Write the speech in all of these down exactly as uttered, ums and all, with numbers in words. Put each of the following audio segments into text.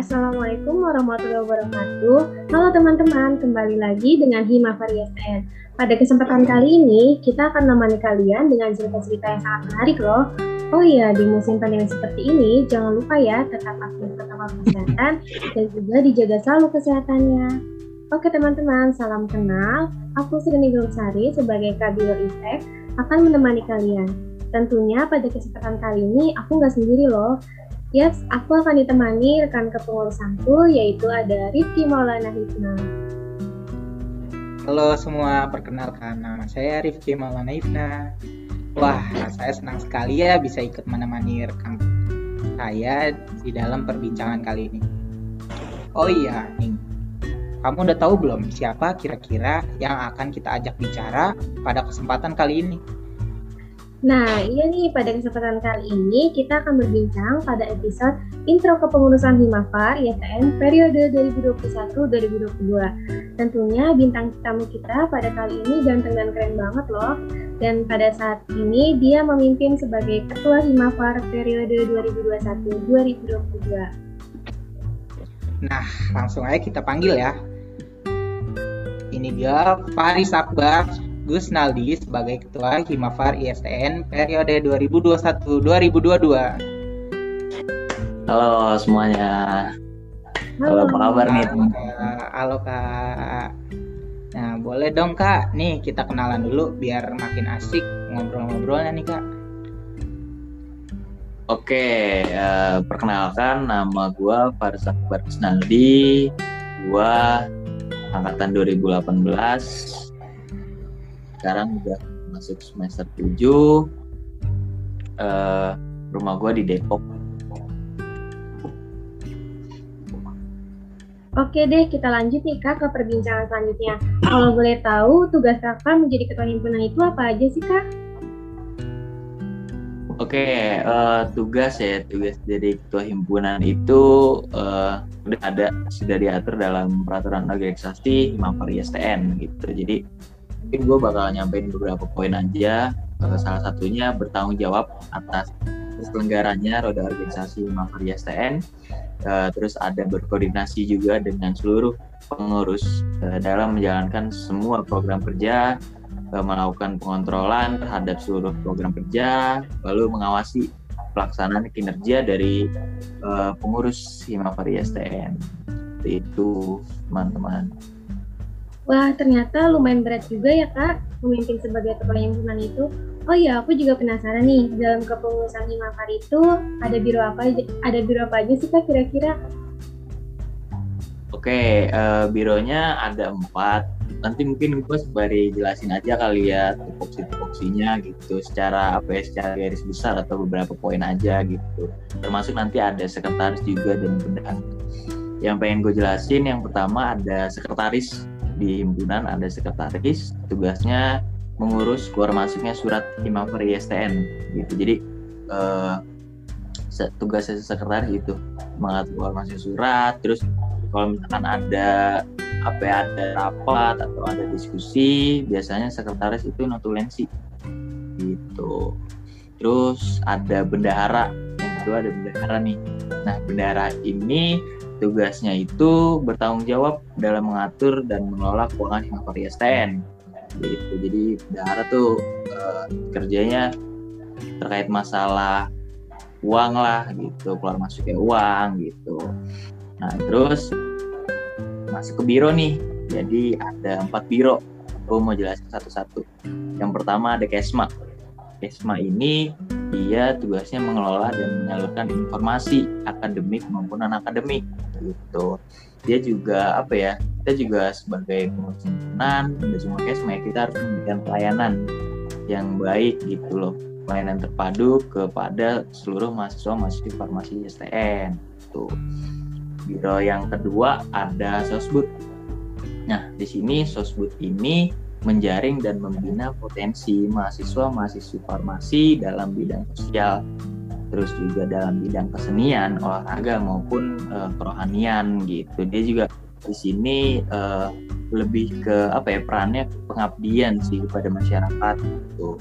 Assalamualaikum warahmatullahi wabarakatuh. Halo teman-teman, kembali lagi dengan Himafar I S T N. Pada kesempatan kali ini, kita akan menemani kalian dengan cerita-cerita yang sangat menarik loh. Oh iya, di musim pandemi seperti ini, jangan lupa ya, tetap aktif protokol kesehatan dan juga dijaga selalu kesehatannya. Oke teman-teman, salam kenal. Aku Srini Gulsari sebagai Kabiro Istek akan menemani kalian. Tentunya pada kesempatan kali ini, aku nggak sendiri loh. Yes, aku akan ditemani rekan kepengurusanku, yaitu ada Rifki Maulana Hifna. Halo semua, perkenalkan nama saya Rifki Maulana Hifna. Wah, saya senang sekali ya bisa ikut menemani rekan saya di dalam perbincangan kali ini. Oh iya, nih, kamu udah tahu belum siapa kira-kira yang akan kita ajak bicara pada kesempatan kali ini? Nah, iya nih, pada kesempatan kali ini kita akan berbincang pada episode Intro Kepengurusan Himafar I S T N periode dua ribu dua puluh satu dua ribu dua puluh dua. Tentunya bintang tamu kita pada kali ini ganteng dan keren banget loh. Dan pada saat ini dia memimpin sebagai Ketua Himafar periode dua ribu dua puluh satu dua ribu dua puluh dua. Nah, langsung aja kita panggil ya. Ini dia Faris Akbar Gusnaldi sebagai Ketua Himafar I S T N periode dua ribu dua puluh satu dua ribu dua puluh dua. Halo semuanya. Halo, apa kabar nih? Halo Kak. Nah, boleh dong Kak. Nih kita kenalan dulu biar makin asik ngobrol-ngobrolnya nih Kak. Oke, uh, perkenalkan nama gue Faris Akbar Gusnaldi. Gue angkatan dua ribu delapan belas. Sekarang udah masuk semester tujuh. Uh, rumah gue di Depok. Oke deh, kita lanjut nih Kak ke perbincangan selanjutnya. Kalau boleh tahu, tugas Kakak menjadi ketua himpunan itu apa aja sih Kak? Oke, uh, tugas ya, tugas jadi ketua himpunan itu uh, udah ada, sudah diatur dalam peraturan organisasi Himafar I S T N gitu. Jadi mungkin gue bakal nyampein beberapa poin aja. Uh, salah satunya bertanggung jawab atas penyelenggaranya roda organisasi Himafar I S T N. Uh, terus ada berkoordinasi juga dengan seluruh pengurus uh, dalam menjalankan semua program kerja, uh, melakukan pengontrolan terhadap seluruh program kerja, lalu mengawasi pelaksanaan kinerja dari uh, pengurus Himafar I S T N. Itu teman-teman. Wah, ternyata lumayan berat juga ya Kak, memimpin sebagai ketua himpunan itu. Oh iya, aku juga penasaran nih, dalam kepengurusan Himafar itu ada biro apa aja, ada biro apa aja sih Kak kira-kira? Oke, uh, bironya ada empat. Nanti mungkin gue sembari jelasin aja kali ya tupoksi-tupoksinya gitu, secara apa ya, secara garis besar atau beberapa poin aja gitu. Termasuk nanti ada sekretaris juga dan bendahara. Yang pengen gue jelasin, yang pertama ada sekretaris. Di himpunan ada sekretaris, tugasnya mengurus keluar masuknya surat Himafar I S T N gitu. Jadi uh, tugasnya sekretaris itu mengatur keluar masuk surat. Terus kalau misalkan ada apa ya, ada rapat atau ada diskusi, biasanya sekretaris itu notulensi gitu. Terus ada bendahara, yang kedua ada bendahara nih. Nah, bendahara ini tugasnya itu bertanggung jawab dalam mengatur dan mengelola keuangan Himafar I S T N gitu. Jadi bendahara tuh uh, kerjanya terkait masalah uang lah gitu, keluar masuknya uang gitu. Nah, terus masuk ke biro nih. Jadi ada empat biro. Aku mau jelasin satu-satu. Yang pertama ada Kesma. Kesma ini dia tugasnya mengelola dan menyalurkan informasi akademik maupun non-akademik gitu. Dia juga apa ya, kita juga sebagai pengurus himpunan dan semua Kesma, kita harus memberikan pelayanan yang baik gitu loh, pelayanan terpadu kepada seluruh mahasiswa-mahasiswa farmasi I S T N gitu. Biro yang kedua ada Sosbud. Nah, di sini Sosbud ini menjaring dan membina potensi mahasiswa-mahasiswa farmasi dalam bidang sosial, terus juga dalam bidang kesenian, olahraga maupun uh, kerohanian gitu. Dia juga di sini uh, lebih ke apa ya, perannya pengabdian sih kepada masyarakat gitu.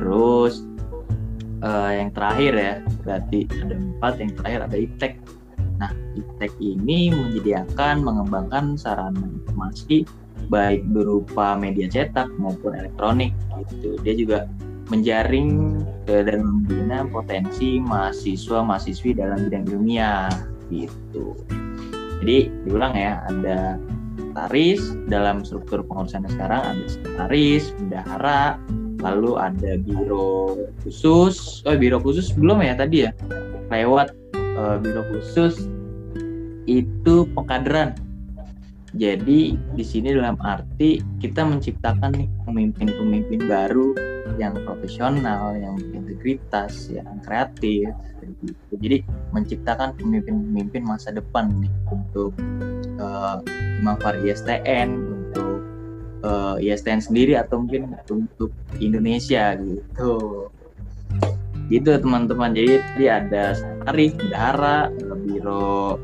Terus uh, yang terakhir ya, berarti ada empat, yang terakhir ada I P T E K. Nah, Iptek ini menyediakan mengembangkan sarana informasi baik berupa media cetak maupun elektronik gitu. Dia juga menjaring dan membina potensi mahasiswa-mahasiswi dalam bidang ilmiah gitu. Jadi diulang ya, ada sekretaris dalam struktur pengurusannya sekarang, ada sekretaris, bendahara, lalu ada biro khusus. Oh, biro khusus belum ya tadi ya? Lewat uh, biro khusus itu pengkaderan. Jadi di sini dalam arti kita menciptakan nih pemimpin-pemimpin baru yang profesional, yang berintegritas, yang kreatif. Gitu. Jadi menciptakan pemimpin-pemimpin masa depan nih untuk uh, Himafar I S T N, untuk uh, I S T N sendiri atau mungkin untuk Indonesia gitu. Gitu teman-teman. Jadi, jadi ada sekretaris, bendahara, biro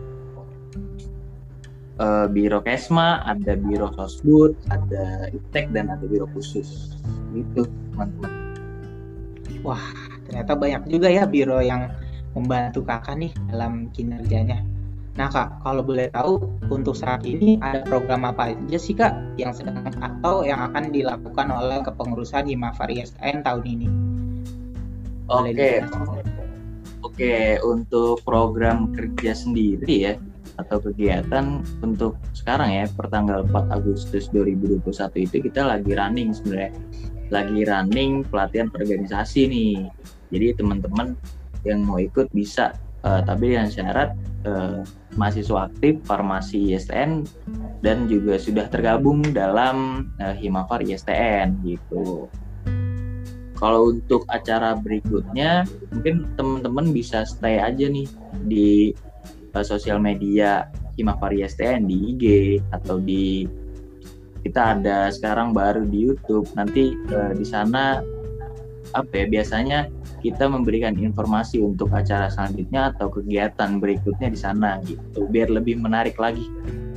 Uh, biro Kesma, ada biro Sosbud, ada Iptek, dan ada biro khusus gitu teman-teman. Wah, ternyata banyak juga ya biro yang membantu kakak nih dalam kinerjanya. Nah kak, kalau boleh tahu untuk saat ini ada program apa aja sih kak yang sedang atau yang akan dilakukan oleh kepengurusan Himafar I S T N tahun ini? Oke, okay. Oke, okay. Untuk program kerja sendiri ya, atau kegiatan untuk sekarang ya, per tanggal empat Agustus dua ribu dua puluh satu itu kita lagi running sebenarnya. Lagi running pelatihan organisasi nih. Jadi teman-teman yang mau ikut bisa, uh, tapi dengan syarat uh, mahasiswa aktif Farmasi I S T N dan juga sudah tergabung dalam uh, Himafar I S T N gitu. Kalau untuk acara berikutnya mungkin teman-teman bisa stay aja nih di sosial media Himafar I S T N, di I G atau di kita ada sekarang baru di YouTube. Nanti eh, di sana apa ya, biasanya kita memberikan informasi untuk acara selanjutnya atau kegiatan berikutnya di sana gitu, biar lebih menarik lagi.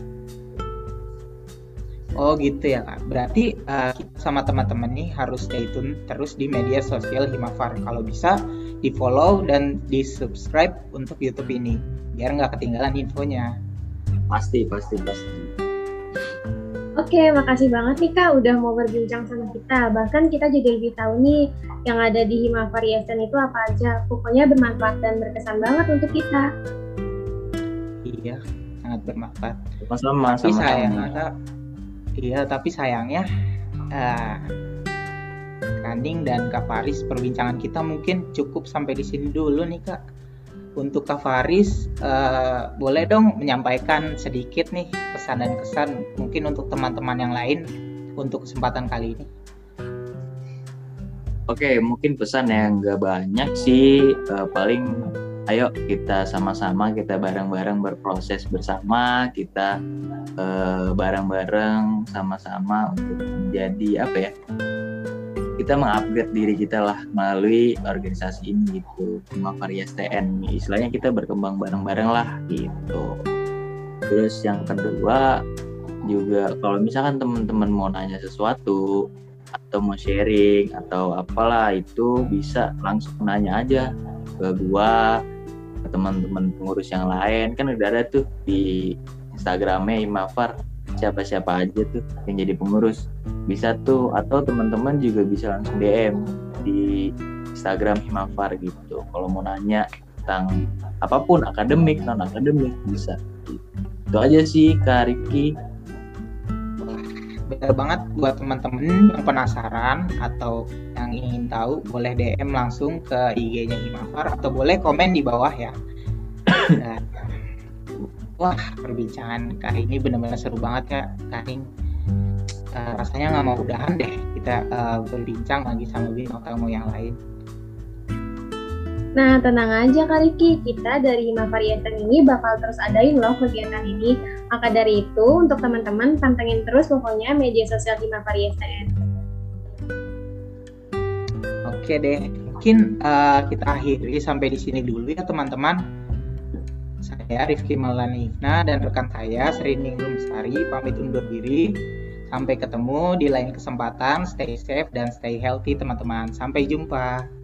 Oh gitu ya kak. Berarti uh, kita sama teman-teman nih harus stay tune terus di media sosial Himafar. Kalau bisa di follow dan di subscribe untuk YouTube ini biar nggak ketinggalan infonya. Pasti, pasti, pasti. Oke, makasih banget nih Kak udah mau berbincang sama kita. Bahkan kita jadi lebih tahu nih yang ada di Himafar I S T N itu apa aja. Pokoknya bermanfaat dan berkesan banget untuk kita. Iya, sangat bermanfaat. Sama-sama. Tapi sayangnya Kak, iya tapi sayangnya uh, Kaning dan Kak Faris, perbincangan kita mungkin cukup sampai di sini dulu nih Kak. Untuk Kak Faris, uh, boleh dong menyampaikan sedikit nih pesan dan kesan mungkin untuk teman-teman yang lain untuk kesempatan kali ini. Oke, mungkin pesan yang nggak banyak sih, uh, paling ayo kita sama-sama, kita bareng-bareng berproses bersama, kita uh, bareng-bareng sama-sama untuk menjadi apa ya? Kita mengupgrade diri kita lah melalui organisasi ini gitu, Himafar I S T N. Istilahnya kita berkembang bareng-bareng lah gitu. Terus yang kedua juga kalau misalkan teman-teman mau nanya sesuatu atau mau sharing atau apalah, itu bisa langsung nanya aja ke gua, ke teman-teman pengurus yang lain. Kan udah ada tuh di Instagramnya Himafar, siapa-siapa aja tuh yang jadi pengurus bisa tuh, atau teman-teman juga bisa langsung D M di Instagram Himafar gitu kalau mau nanya tentang apapun, akademik, non akademik, bisa gitu. Itu aja sih Kak Rifki. Benar banget, buat teman-teman yang penasaran atau yang ingin tahu boleh D M langsung ke I G-nya Himafar atau boleh komen di bawah ya. Nah, wah, perbincangan kali ini benar-benar seru banget ya, Kaning. Uh, rasanya nggak mau udahan deh kita uh, berbincang lagi sama bintang tamu yang lain. Nah, tenang aja Kak Riki, kita dari Himafar I S T N ini bakal terus adain loh kegiatan ini. Maka dari itu, untuk teman-teman pantengin terus pokoknya media sosial Himafar I S T N. Oke deh, mungkin uh, kita akhiri sampai di sini dulu ya teman-teman. Saya Rifki Maulana Ifna dan rekan saya Srini Lumsari pamit undur diri. Sampai ketemu di lain kesempatan. Stay safe dan stay healthy teman-teman. Sampai jumpa.